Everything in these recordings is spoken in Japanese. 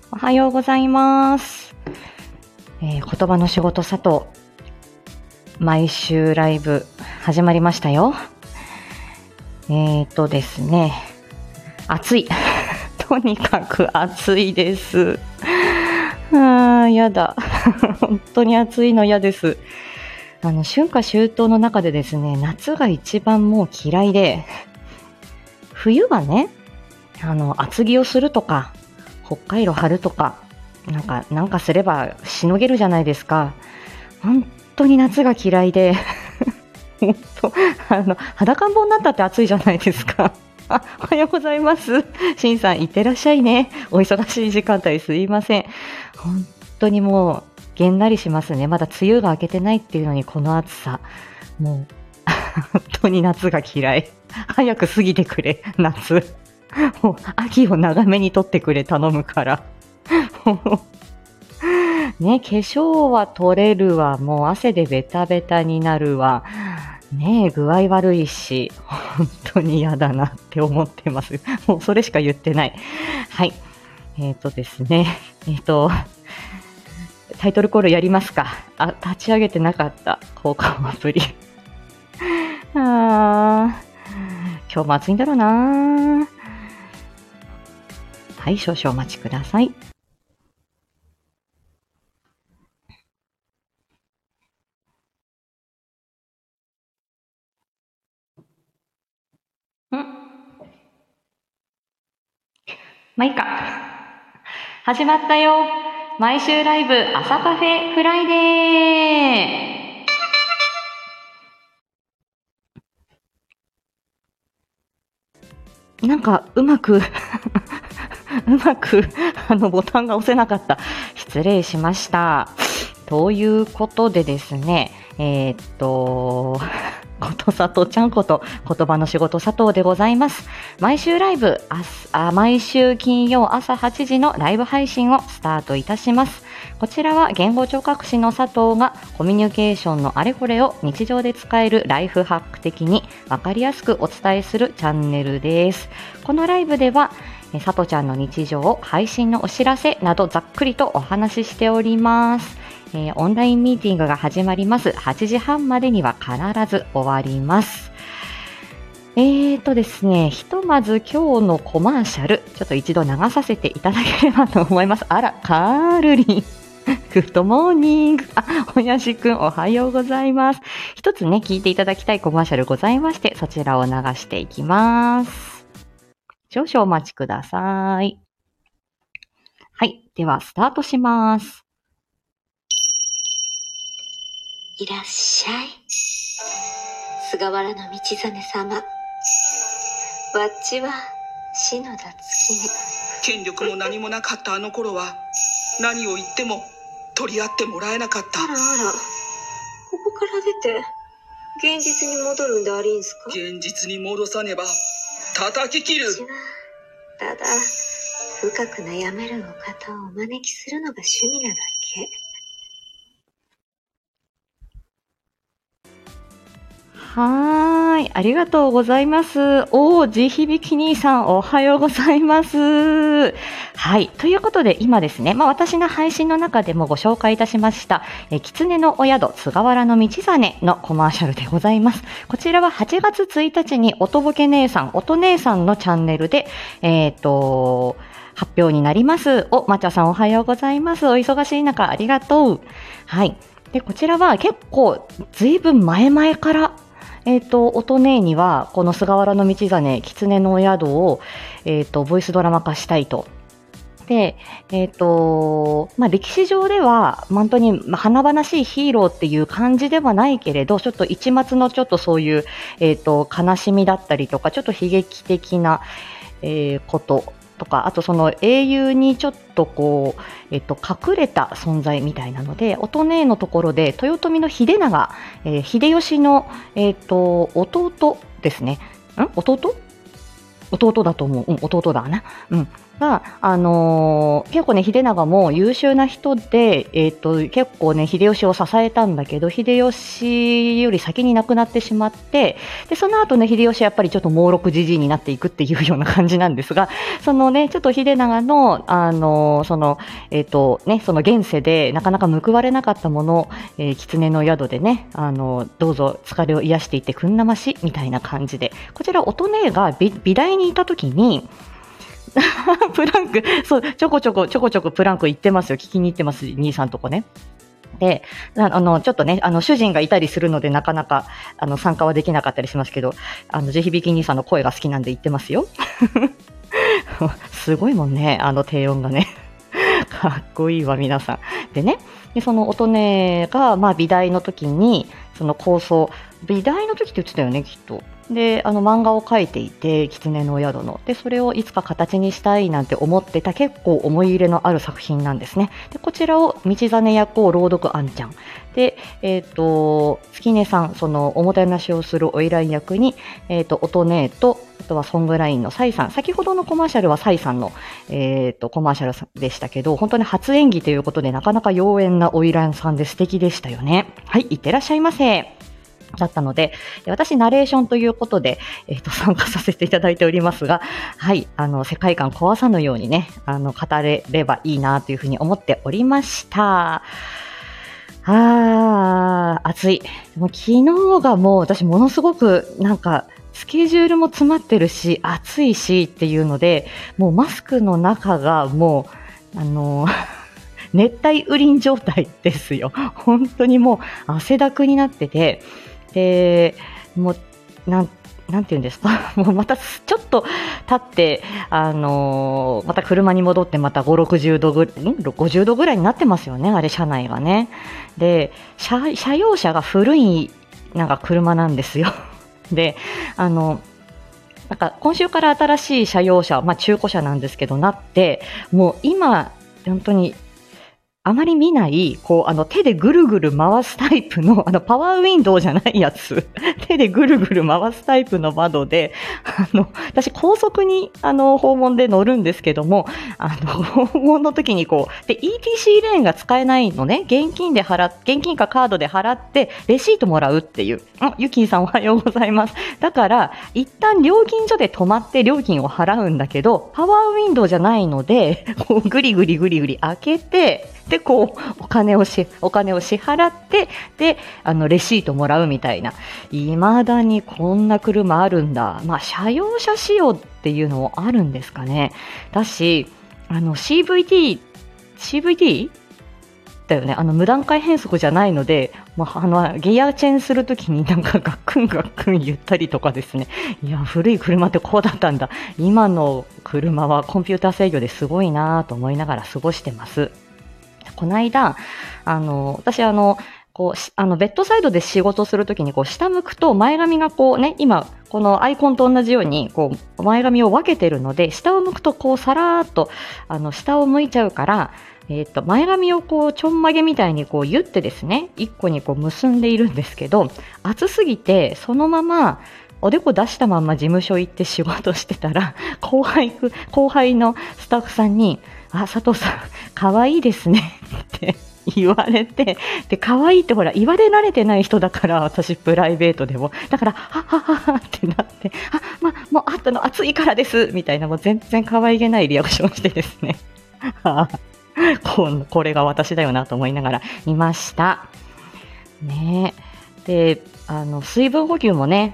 おはようございます。言葉の仕事佐藤。毎週ライブ始まりましたよ。ですね、暑い。とにかく暑いです。やだ。本当に暑いの嫌です。春夏秋冬の中でですね、夏が一番もう嫌いで、冬はね、厚着をするとか、北海道張るとか、なんかすればしのげるじゃないですか。本当に夏が嫌いで、本当裸ん坊になったって暑いじゃないですか。おはようございます。しんさん、いってらっしゃいね。お忙しい時間帯すいません。本当にもう、げんなりしますね。まだ梅雨が明けてないっていうのに、この暑さ。もう、本当に夏が嫌い。早く過ぎてくれ、夏。もう秋を長めに撮ってくれ、頼むから。ね、化粧は取れるわ。もう汗でベタベタになるわ。ね、具合悪いし、本当に嫌だなって思ってます。もうそれしか言ってない。はい。ですね。タイトルコールやりますか。立ち上げてなかった。交換アプリ。今日も暑いんだろうな。はい、少々お待ちください。まあいいか。始まったよ。毎週ライブ朝カフェフライデー。なんかうまくボタンが押せなかった。失礼しました。ということでですね、ことさとちゃんこと言葉の仕事佐藤でございます。毎週ライブ、毎週金曜朝8時のライブ配信をスタートいたします。こちらは言語聴覚士の佐藤がコミュニケーションのあれこれを日常で使えるライフハック的に分かりやすくお伝えするチャンネルです。このライブでは佐藤ちゃんの日常、配信のお知らせなどざっくりとお話ししております。オンラインミーティングが始まります。8時半までには必ず終わります。ですね、ひとまず今日のコマーシャル、ちょっと一度流させていただければと思います。あら、カールリン。グッドモーニング。おやしくん、おはようございます。一つね、聞いていただきたいコマーシャルございまして、そちらを流していきます。少々お待ちください。はい。では、スタートします。 いらっしゃい。菅原道真様。わっちは篠田月音。 権力も何もなかったあの頃は、何を言っても取り合ってもらえなかった。 あらあら、ここから出て現実に戻るんでありんすか？ 現実に戻さねば叩き切る。 私はただ深く悩めるお方をお招きするのが趣味なだけ。 はい、ありがとうございます。地響き兄さん、おはようございます。はい、ということで今ですね、私の配信の中でもご紹介いたしました、狐のお宿、菅原道真のコマーシャルでございます。こちらは8月1日に音ボケ姉さん、音姉さんのチャンネルで、発表になります。抹茶さんおはようございます。お忙しい中ありがとう。はい。で、こちらは結構ずいぶん前々から音姉にはこの菅原道真狐のお宿をボイスドラマ化したいと。で、歴史上では本当に華々しいヒーローっていう感じではないけれど、ちょっと一末のちょっとそういう悲しみだったりとか、ちょっと悲劇的なこととか、あとその英雄にちょっとこう、隠れた存在みたいなので、音姉のところで豊臣の秀長、秀吉の、弟ですね。弟だと思う。弟だな。 が、結構ね、秀長も優秀な人で、結構ね、秀吉を支えたんだけど、秀吉より先に亡くなってしまって、で、その後ね、秀吉はやっぱりちょっと猛録じじいになっていくっていうような感じなんですが、そのね、ちょっと秀長の、その現世でなかなか報われなかったもの、狐の宿でね、どうぞ疲れを癒していってくんなまし、みたいな感じで、こちら、乙女が美大にいた時に、プランク、そう、ちょこちょこプランク行ってますよ。聞きに行ってます、兄さんとこね。で、ちょっとね、主人がいたりするので、なかなか、参加はできなかったりしますけど、地響兄さんの声が好きなんで行ってますよ。すごいもんね、低音がね。かっこいいわ、皆さん。でね、その乙女が、美大の時に、その構想、美大の時って言ってたよね、きっと。で、漫画を描いていて、狐の宿の。で、それをいつか形にしたいなんて思ってた、結構思い入れのある作品なんですね。で、こちらを道真役を朗読あんちゃん。で、月音さん、その、おもてなしをするお依頼役に、乙女と、あとはソングラインのサイさん。先ほどのコマーシャルはサイさんの、コマーシャルでしたけど、本当に初演技ということで、なかなか妖艶なお依頼さんで素敵でしたよね。はい、いってらっしゃいませ。だったので、私ナレーションということで、参加させていただいておりますが、はい、世界観壊さぬようにね、語れればいいなというふうに思っておりました。暑い。もう昨日がもう私ものすごくなんか、スケジュールも詰まってるし、暑いしっていうので、もうマスクの中がもう、熱帯雨林状態ですよ。本当にもう汗だくになってて、で、もう、なんて言うんですか、もうまたちょっと経って、また車に戻ってまた5、60度50度ぐらいになってますよね、あれ車内がね。で、車用車が古い、なんか車なんですよ。で、なんか今週から新しい車用車、中古車なんですけどなって、もう今、本当に、あまり見ない、手でぐるぐる回すタイプの、パワーウィンドウじゃないやつ。手でぐるぐる回すタイプの窓で、私、高速に、訪問で乗るんですけども、訪問の時にで、ETC レーンが使えないのね、現金かカードで払って、レシートもらうっていう。ゆきんさんおはようございます。だから、一旦料金所で止まって料金を払うんだけど、パワーウィンドウじゃないので、ぐりぐり開けて、で、お金を支払って、で、レシートもらうみたいな。未だにこんな車あるんだ。車用車仕様っていうのもあるんですかね。だし、CVT だよね。無段階変速じゃないので、ギアチェンするときになんかガックン言ったりとかですね。いや、古い車ってこうだったんだ。今の車はコンピューター制御ですごいなと思いながら過ごしてます。この間、私ベッドサイドで仕事するときに下向くと前髪が今このアイコンと同じように前髪を分けてるので、下を向くとさらーっと下を向いちゃうから、前髪をちょんまげみたいに言ってですね、一個に結んでいるんですけど、暑すぎてそのままおでこ出したまま事務所行って仕事してたら、後輩のスタッフさんに、佐藤さん、可愛いですねって言われて、で、可愛いってほら、言われ慣れてない人だから、私、プライベートでも。だから、はってなって、もう、暑いからです、みたいな、もう全然可愛げないリアクションしてですね。これが私だよなと思いながら見ました。ねえ。で、水分補給もね、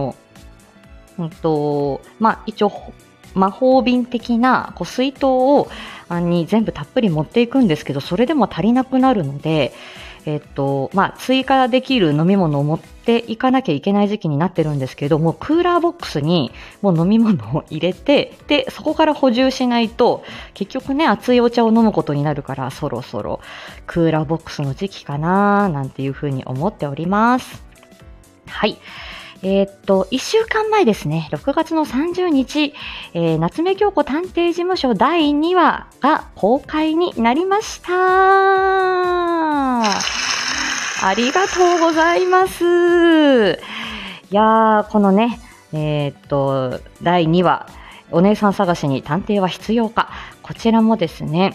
一応、魔法瓶的な水筒に全部たっぷり持っていくんですけど、それでも足りなくなるので、追加できる飲み物を持っていかなきゃいけない時期になってるんですけど、もうクーラーボックスにもう飲み物を入れて、で、そこから補充しないと、結局ね、熱いお茶を飲むことになるから、そろそろクーラーボックスの時期かななんていうふうに思っております。はい。1週間前ですね、6月の30日、夏目京子探偵事務所第2話が公開になりました。ありがとうございます。いやー、このね、第2話、 お姉さん探しに探偵は必要か。こちらもですね、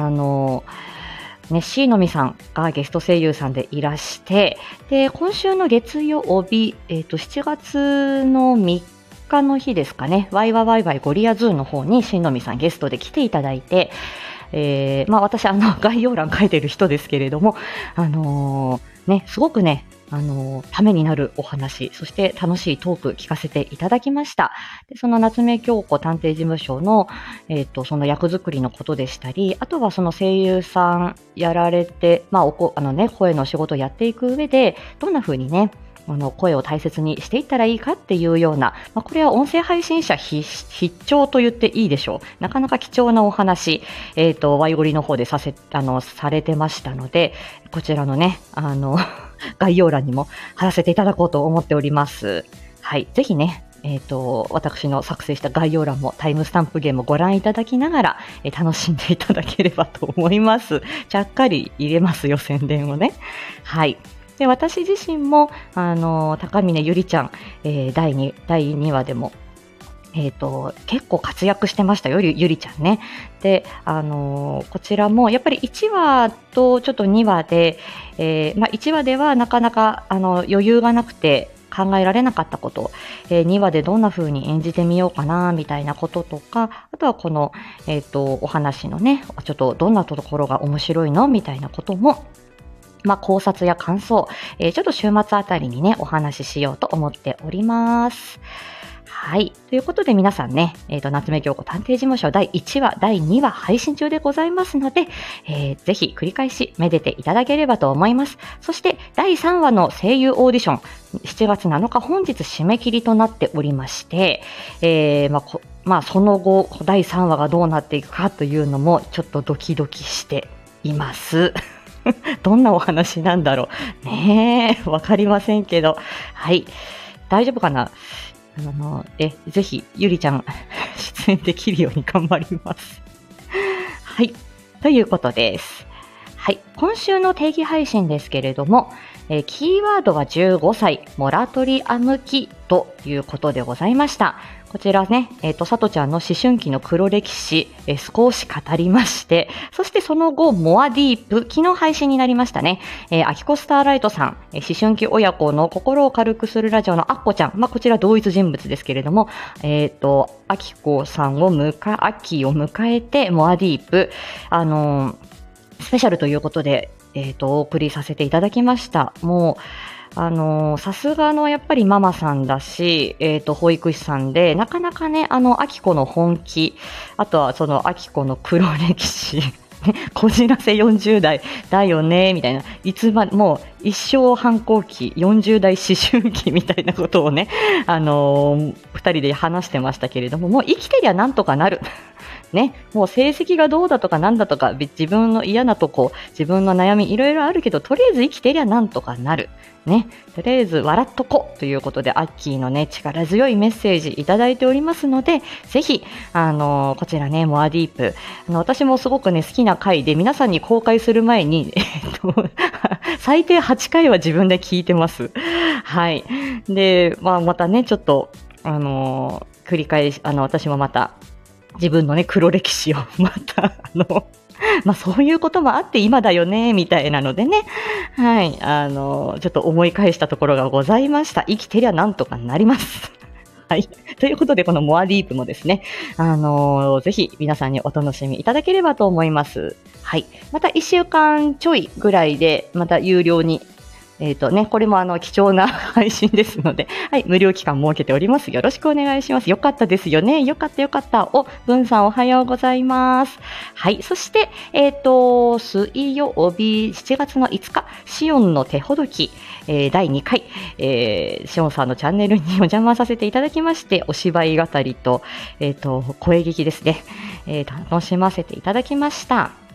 椎のみさんがゲスト声優さんでいらして、で、今週の月曜日、7月の3日の日ですかね、ワイワワイワイゴリアズーの方に椎のみさんゲストで来ていただいて、私概要欄書いてる人ですけれども、すごくね、ためになるお話、そして楽しいトーク聞かせていただきました。で、その夏目京子探偵事務所の、その役作りのことでしたり、あとはその声優さんやられて、声の仕事をやっていく上で、どんな風にね、声を大切にしていったらいいかっていうような、これは音声配信者必聴と言っていいでしょう。なかなか貴重なお話、ワイゴリの方でされてましたので、こちらのね、概要欄にも貼らせていただこうと思っております。はい。ぜひね、私の作成した概要欄もタイムスタンプゲームをご覧いただきながら、楽しんでいただければと思います。ちゃっかり入れますよ、宣伝をね。はい。で、私自身も、高峰ゆりちゃん、第2話でも、結構活躍してましたよ、ゆりちゃんね。で、こちらも、やっぱり1話とちょっと2話で、1話ではなかなか、余裕がなくて、考えられなかったこと、2話でどんな風に演じてみようかな、みたいなこととか、あとはこの、お話のね、ちょっとどんなところが面白いのみたいなことも、考察や感想、ちょっと週末あたりにね、お話ししようと思っております。はい。ということで皆さんね、夏目京子探偵事務所第1話、第2話配信中でございますので、ぜひ繰り返しめでていただければと思います。そして第3話の声優オーディション、7月7日本日締め切りとなっておりまして、その後、第3話がどうなっていくかというのもちょっとドキドキしています。どんなお話なんだろう。ねえ、わかりませんけど。はい。大丈夫かな？ぜひ、ゆりちゃん、出演できるように頑張ります。はい。ということです。はい。今週の定義配信ですけれども、キーワードは15歳、モラトリアム期ということでございました。こちらね、さとちゃんの思春期の黒歴史、少し語りまして、そしてその後、モアディープ、昨日配信になりましたね。アキコスターライトさん、思春期親子の心を軽くするラジオのアッコちゃん、こちら同一人物ですけれども、アキコさんをアッキーを迎えて、モアディープ、スペシャルということで、お送りさせていただきました。もう、さすがのやっぱりママさんだし、保育士さんで、なかなかね、アキコの本気、あとはそのアキコの黒歴史、こじらせ40代だよね、みたいな、もう一生反抗期、40代思春期みたいなことをね、二人で話してましたけれども、もう生きてりゃなんとかなる。ね、もう成績がどうだとかなんだとか、自分の嫌なとこ、自分の悩みいろいろあるけど、とりあえず生きてりゃなんとかなる。ね、とりあえず笑っとこということで、アッキーのね、力強いメッセージいただいておりますので、ぜひ、こちらね、モアディープ、私もすごくね、好きな回で、皆さんに公開する前に、最低8回は自分で聞いてます。はい。で、またね、ちょっと、繰り返し、私もまた、自分のね、黒歴史をまた、そういうこともあって今だよね、みたいなのでね、はい、ちょっと思い返したところがございました。生きてりゃなんとかなります。はい。ということで、このモアディープもですね、ぜひ皆さんにお楽しみいただければと思います。はい。また1週間ちょいぐらいで、また有料に、これも貴重な配信ですので、はい、無料期間設けております。よろしくお願いします。よかったですよね。よかったよかった。文さんおはようございます。はい、そして、水曜日7月の5日、シオンの手ほどき、第2回、シオンさんのチャンネルにお邪魔させていただきまして、お芝居語りと、声劇ですね、楽しませていただきました。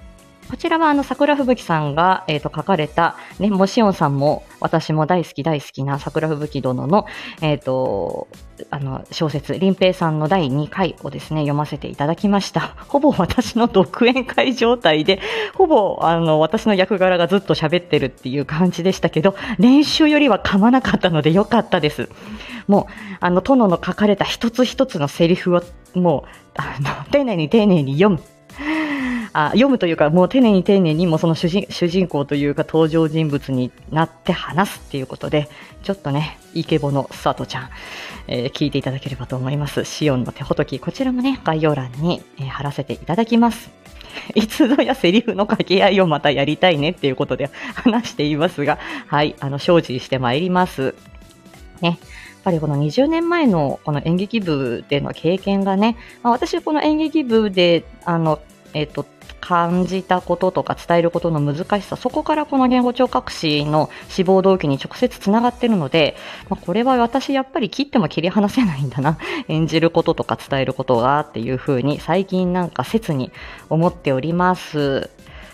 こちらは桜吹雪さんが、書かれた、ね、もしおんさんも私も大好きな桜吹雪殿の、小説、林平さんの第2回をですね、読ませていただきました。ほぼ私の独演会状態で、ほぼ私の役柄がずっと喋ってるっていう感じでしたけど、練習よりは噛まなかったのでよかったです。もう、殿の書かれた一つ一つのセリフを、もう、丁寧に読む。読むというか、もう丁寧にもその主人公というか登場人物になって話すっていうことで、ちょっとね、イケボのさとちゃん、聞いていただければと思います。シオンの手ほどき、こちらもね、概要欄に、貼らせていただきます。いつぞやセリフの掛け合いをまたやりたいねっていうことで話していますが、はい、精進してまいります。ね。やっぱりこの20年前のこの演劇部での経験がね、私この演劇部で、感じたこととか伝えることの難しさ、そこからこの言語聴覚士の志望動機に直接つながっているので、これは私やっぱり切っても切り離せないんだな、演じることとか伝えることがっていう風に最近なんか切に思っております。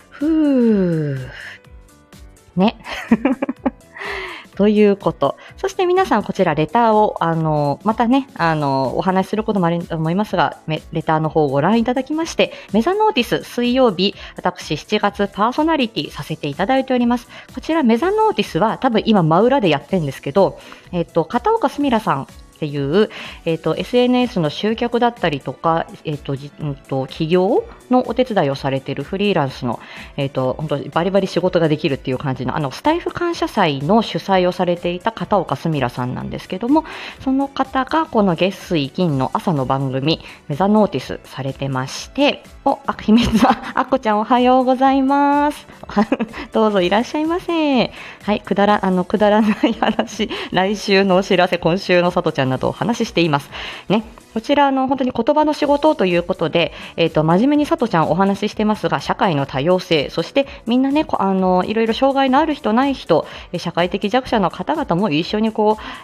ね。ということ。そして皆さんこちらレターを、またね、お話しすることもあると思いますが、レターの方をご覧いただきまして、メザノーティス水曜日、私7月パーソナリティさせていただいております。こちらメザノーティスは多分今真裏でやってるんですけど、片岡すみらさん、っていう、SNS の集客だったりとか、企業のお手伝いをされているフリーランスの、本当にバリバリ仕事ができるっていう感じの、スタイフ感謝祭の主催をされていた片岡すみらさんなんですけども、その方がこの月水金の朝の番組、メザノーティスされてまして、秘密は、あっこちゃんおはようございます。どうぞいらっしゃいませ。はい、くだらない話、来週のお知らせ、今週のさとちゃんなどお話ししています。ね。こちら本当に言葉の仕事ということで、真面目にさとちゃんお話ししてますが、社会の多様性、そしてみんなね、いろいろ障害のある人ない人、社会的弱者の方々も一緒に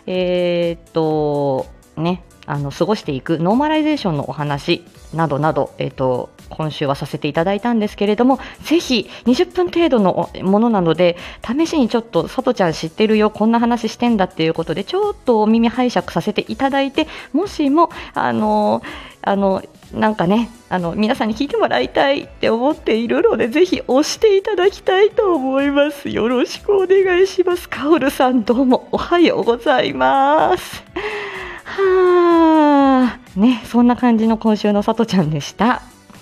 ね、過ごしていくノーマライゼーションのお話などなど、今週はさせていただいたんですけれども、ぜひ20分程度のものなので、試しにちょっとさとちゃん知ってるよ、こんな話してんだっていうことで、ちょっとお耳拝借させていただいて、もしもなんかね、皆さんに聞いてもらいたいって思っているので、ぜひ押していただきたいと思います。よろしくお願いします。カオルさん、どうもおはようございます。ね、そんな感じの今週のさとちゃんでした。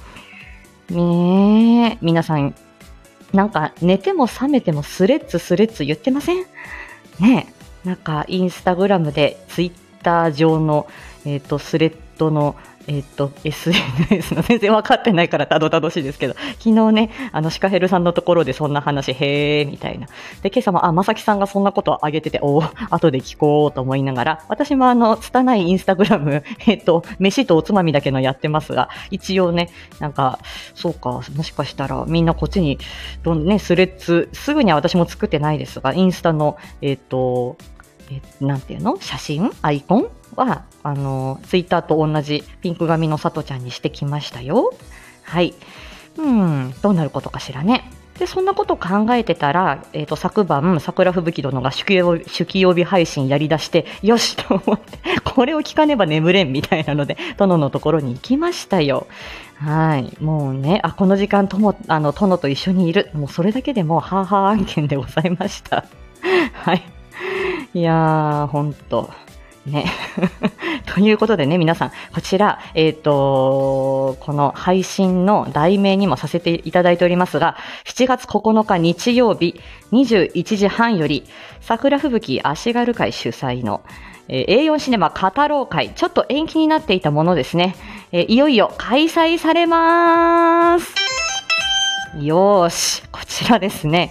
ねえ、皆さん、なんか寝ても覚めてもスレッズ言ってません？ねえ、なんかインスタグラムでツイッター上の、スレッドのSNS の全然分かってないからたどたどしいですけど、昨日ね、シカヘルさんのところでそんな話、へーみたいな。で、今朝も、まさきさんがそんなことをあげてて、後で聞こうと思いながら、私も拙いインスタグラム、飯とおつまみだけのやってますが、一応ね、なんか、そうか、もしかしたらみんなこっちに、スレッズ、すぐには私も作ってないですが、インスタの、なんていうの？写真？アイコン？はツイッターと同じピンク髪のさとちゃんにしてきましたよ。はい。どうなることかしらね。で、そんなことを考えてたら、昨晩、桜吹雪殿が手記曜日配信やりだして、よしと思って、これを聞かねば眠れんみたいなので、殿のところに行きましたよ。はい。もうね、この時間、殿と一緒にいる。もうそれだけでもう、ハーハー案件でございました。はい。いやー、ほんと。ね。ということでね、皆さん、こちら、この配信の題名にもさせていただいておりますが、7月9日日曜日21時半より、桜吹雪足軽会主催の、A4 シネマ語ろう会、ちょっと延期になっていたものですね。いよいよ開催されます。よーし、こちらですね。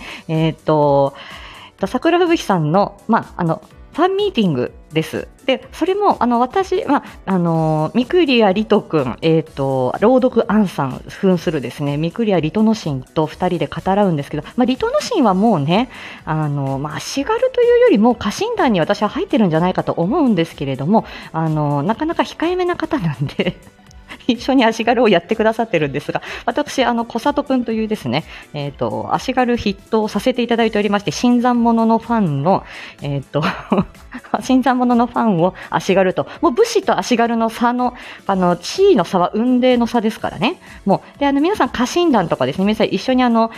桜吹雪さんの、ファンミーティングです。で、それも、私、ミクリアリト君、朗読アンさん扮するですね、ミクリアリトノシンと二人で語らうんですけど、リトノシンはもうね、足軽というよりも家臣団に私は入ってるんじゃないかと思うんですけれども、なかなか控えめな方なんで、 一緒に足軽をやってくださってるんですが、私、小里くんというですね、足軽筆頭をさせていただいておりまして、新参者のファンの、新参者のファンを足軽と、もう武士と足軽の差の、地位の差は雲泥の差ですからね。もう、で、皆さん家臣団とかですね、皆さん一緒に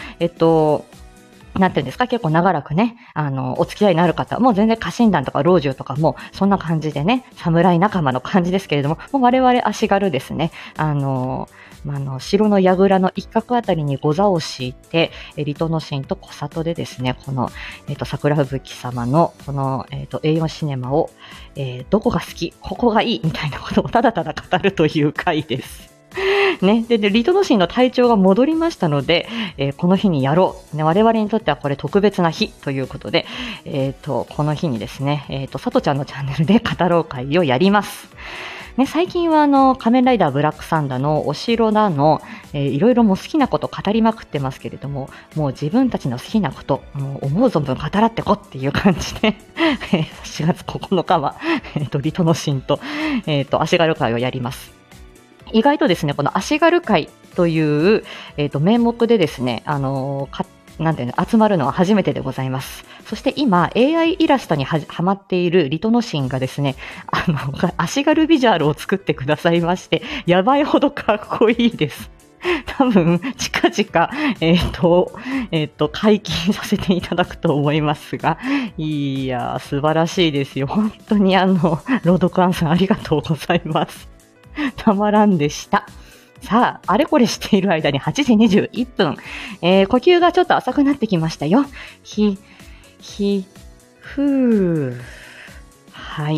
なんていうんですか、結構長らくね、お付き合いのある方、もう全然家臣団とか老中とかも、そんな感じでね、侍仲間の感じですけれども、もう我々足軽ですね、城の櫓の一角あたりに御座を敷いて、リトノシンと小里でですね、この、桜吹雪様の、この、A4 シネマを、どこが好き、ここがいい、みたいなことをただただ語るという回です。ね、でリトノシンの体調が戻りましたので、この日にやろう、ね、我々にとってはこれ特別な日ということで、この日にですね、さとちゃんのチャンネルで語ろう会をやります。ね、最近は仮面ライダーブラックサンダーのお城だの、いろいろもう好きなこと語りまくってますけれども、もう自分たちの好きなこと、もう思う存分語らってこっていう感じで、4月9日は、リトノシンと、足軽会をやります。意外とですね、この足軽会という、名目でですね、なんていうの、集まるのは初めてでございます。そして今、AI イラストにはまっているリトノシンがですね、足軽ビジュアルを作ってくださいまして、やばいほどかっこいいです。多分、近々、解禁させていただくと思いますが、いやー、素晴らしいですよ。本当に朗読アンさんありがとうございます。たまらんでした。さあ、あれこれしている間に8時21分。呼吸がちょっと浅くなってきましたよ。ふー。はい。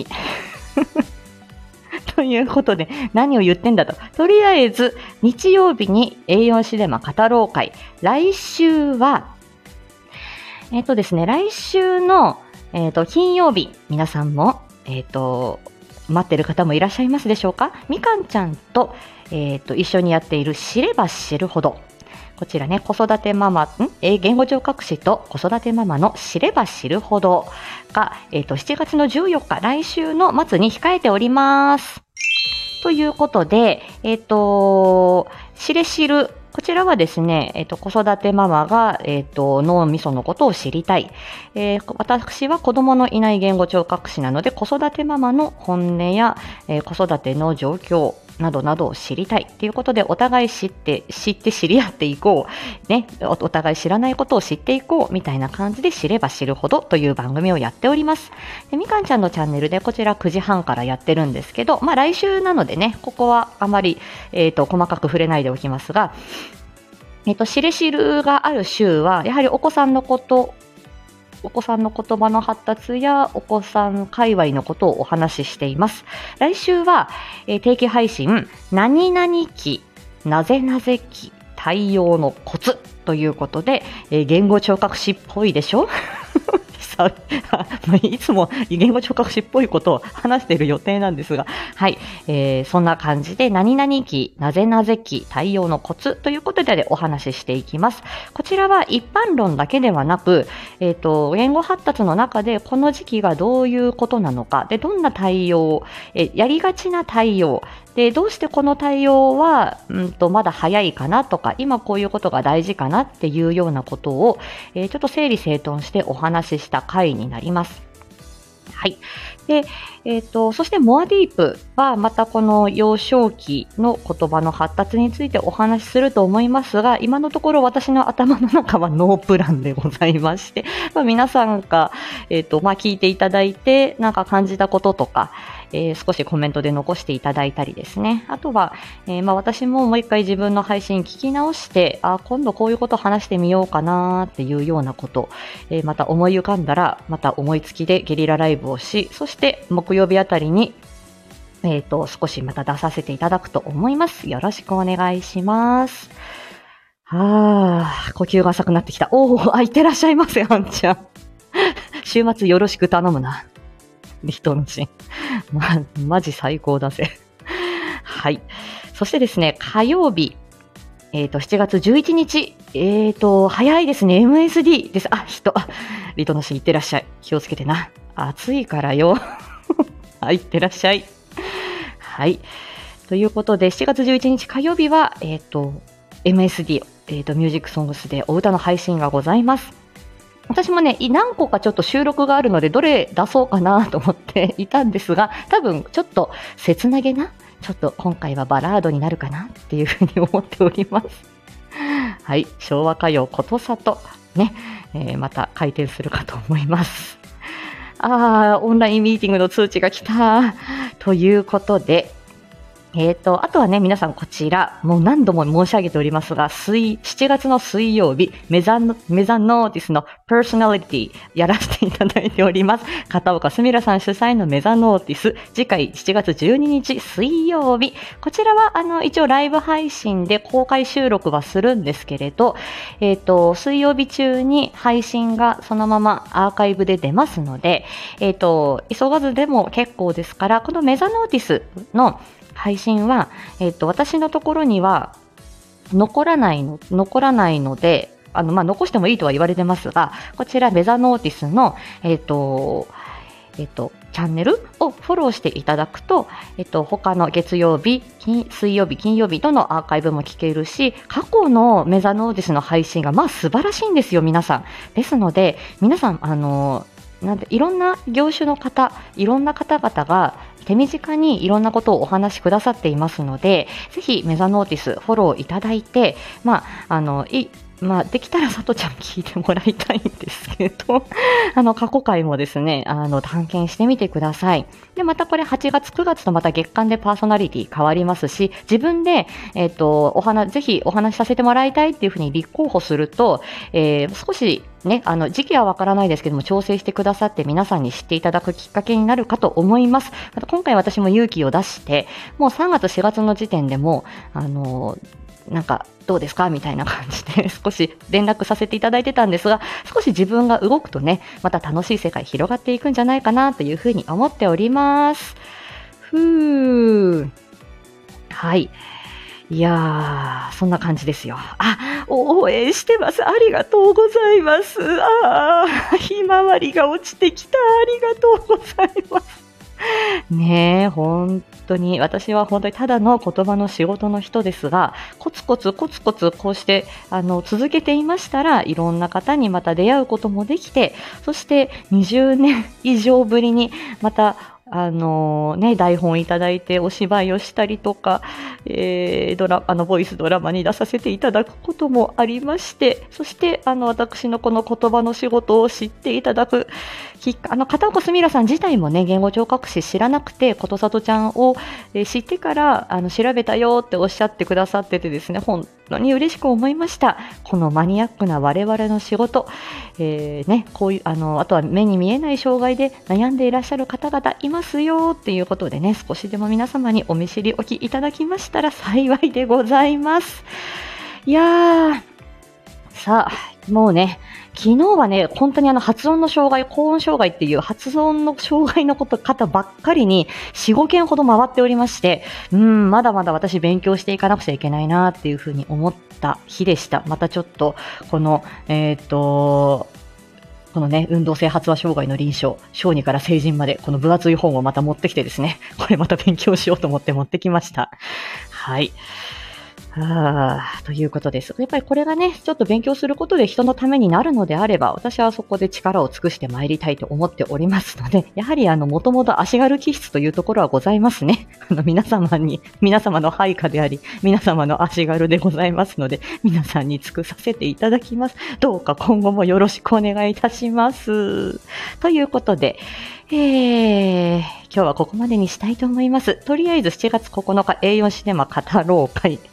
ということで、何を言ってんだと。とりあえず、日曜日に A4 シネマ語ろう会。来週は、ですね、来週の、金曜日、皆さんも、待ってる方もいらっしゃいますでしょうか。みかんちゃんと、一緒にやっている知れば知るほど。こちらね、子育てママ、言語聴覚士と子育てママの知れば知るほどが、7月の14日、来週の末に控えております。ということで、知れ知る。こちらはですね、子育てママが、脳みそのことを知りたい。私は子供のいない言語聴覚士なので、子育てママの本音や、子育ての状況などなどを知りたいということで、お互い知って知り合っていこう。ね、お互い知らないことを知っていこうみたいな感じで知れば知るほどという番組をやっております。でみかんちゃんのチャンネルでこちら9時半からやってるんですけど、来週なのでね、ここはあまり、細かく触れないでおきますが、しれしるがある週は、やはりお子さんの言葉の発達やお子さん界隈のことをお話ししています。来週は、定期配信、何々期、なぜなぜ期、対応のコツということで、言語聴覚士っぽいでしょいつも言語聴覚士っぽいことを話している予定なんですが、はい、そんな感じで何々期、なぜなぜ期、対応のコツということでお話ししていきます。こちらは一般論だけではなく、言語発達の中でこの時期がどういうことなのか、でどんな対応、やりがちな対応で、どうしてこの対応は、まだ早いかなとか、今こういうことが大事かなっていうようなことを、ちょっと整理整頓してお話しした回になります。はい。で、そしてモアディープはまたこの幼少期の言葉の発達についてお話しすると思いますが、今のところ私の頭の中はノープランでございまして、皆さんが、聞いていただいて、なんか感じたこととか、少しコメントで残していただいたりですね。あとは、私ももう一回自分の配信聞き直して、今度こういうこと話してみようかなっていうようなこと、また思い浮かんだら、また思いつきでゲリラライブをし、そして木曜日あたりに、少しまた出させていただくと思います。よろしくお願いします。呼吸が浅くなってきた。いってらっしゃいませ、あんちゃん。週末よろしく頼むな。リトのシーン。マジ最高だぜ。はい。そしてですね、火曜日、7月11日、早いですね、MSD です。リトのシーンいってらっしゃい。気をつけてな。暑いからよ。はい、いってらっしゃい。はい。 ということで、7月11日火曜日は、MSD、ミュージックソングスでお歌の配信がございます。私もね、何個かちょっと収録があるので、どれ出そうかなと思っていたんですが、多分ちょっと切なげな、ちょっと今回はバラードになるかなっていうふうに思っております。はい、昭和歌謡ことさとね、また開店するかと思います。オンラインミーティングの通知が来たということで、あとはね、皆さんこちら、もう何度も申し上げておりますが、7月の水曜日、メザノーティスのパーソナリティやらせていただいております。片岡すみらさん主催のメザノーティス、次回7月12日水曜日、こちらは一応ライブ配信で公開収録はするんですけれど、水曜日中に配信がそのままアーカイブで出ますので、急がずでも結構ですから、このメザノーティスの配信は、私のところには残らないので、残してもいいとは言われてますが、こちらメザノーティスの、チャンネルをフォローしていただくと、他の月曜日、水曜日、金曜日とのアーカイブも聞けるし、過去のメザノーティスの配信が素晴らしいんですよ、皆さん。ですので、皆さん、いろんな業種の方、いろんな方々が手短にいろんなことをお話しくださっていますので、ぜひメザノーティスフォローいただいて、できたらさとちゃん聞いてもらいたいんですけど、過去回もですね、探検してみてください。で、またこれ8月、9月とまた月間でパーソナリティ変わりますし、自分で、ぜひお話しさせてもらいたいっていうふうに立候補すると、少しね、時期はわからないですけども、調整してくださって皆さんに知っていただくきっかけになるかと思います。また今回私も勇気を出して、もう3月、4月の時点でも、どうですかみたいな感じで少し連絡させていただいてたんですが、少し自分が動くとね、また楽しい世界広がっていくんじゃないかなというふうに思っております。はい。いやー、そんな感じですよ。応援してます。ありがとうございます。ひまわりが落ちてきた。ありがとうございます。ねえ、本当に、私は本当にただの言葉の仕事の人ですが、コツコツこうして、続けていましたら、いろんな方にまた出会うこともできて、そして20年以上ぶりにまた、台本いただいてお芝居をしたりとか、ボイスドラマに出させていただくこともありまして、そして私のこの言葉の仕事を知っていただく片岡すみらさん自体もね、言語聴覚士知らなくて、ことさとちゃんを知ってから調べたよっておっしゃってくださっててですね、本当に嬉しく思いました。このマニアックな我々の仕事、こういうあとは目に見えない障害で悩んでいらっしゃる方々いますよっていうことでね、少しでも皆様にお見知りおきいただきましたら幸いでございます。いやー、さあ、もうね、昨日はね、本当に発音の障害、高音障害っていう発音の障害の方ばっかりに4、5件ほど回っておりまして、まだまだ私勉強していかなくちゃいけないなっていうふうに思った日でした。またちょっと、このね、運動性発話障害の臨床、小児から成人まで、この分厚い本をまた持ってきてですね、これまた勉強しようと思って持ってきました。はい。ということです。やっぱりこれがね、ちょっと勉強することで人のためになるのであれば、私はそこで力を尽くしてまいりたいと思っておりますので、やはりもともと足軽気質というところはございますね。皆様の配下であり、皆様の足軽でございますので、皆さんに尽くさせていただきます。どうか今後もよろしくお願いいたします。ということで、今日はここまでにしたいと思います。とりあえず7月9日 A4 シネマ語ろう会。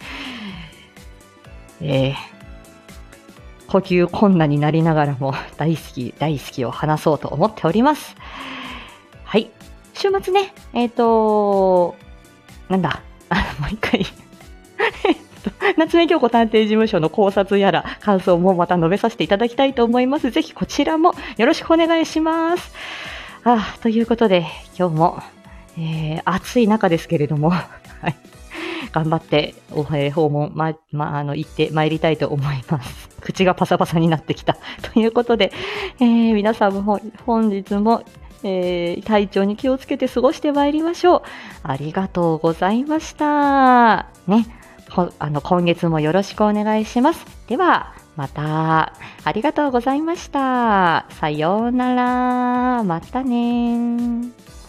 呼吸困難になりながらも大好きを話そうと思っております。はい。週末ね、もう一回夏目京子探偵事務所の考察やら感想もまた述べさせていただきたいと思います。ぜひこちらもよろしくお願いします。ということで今日も、暑い中ですけれども、はい、頑張って訪問、行ってまいりたいと思います。 口がパサパサになってきた。ということで、皆さんも本日も、体調に気をつけて過ごしてまいりましょう。ありがとうございました。ね。今月もよろしくお願いします。では、また。ありがとうございました。さようなら。またね。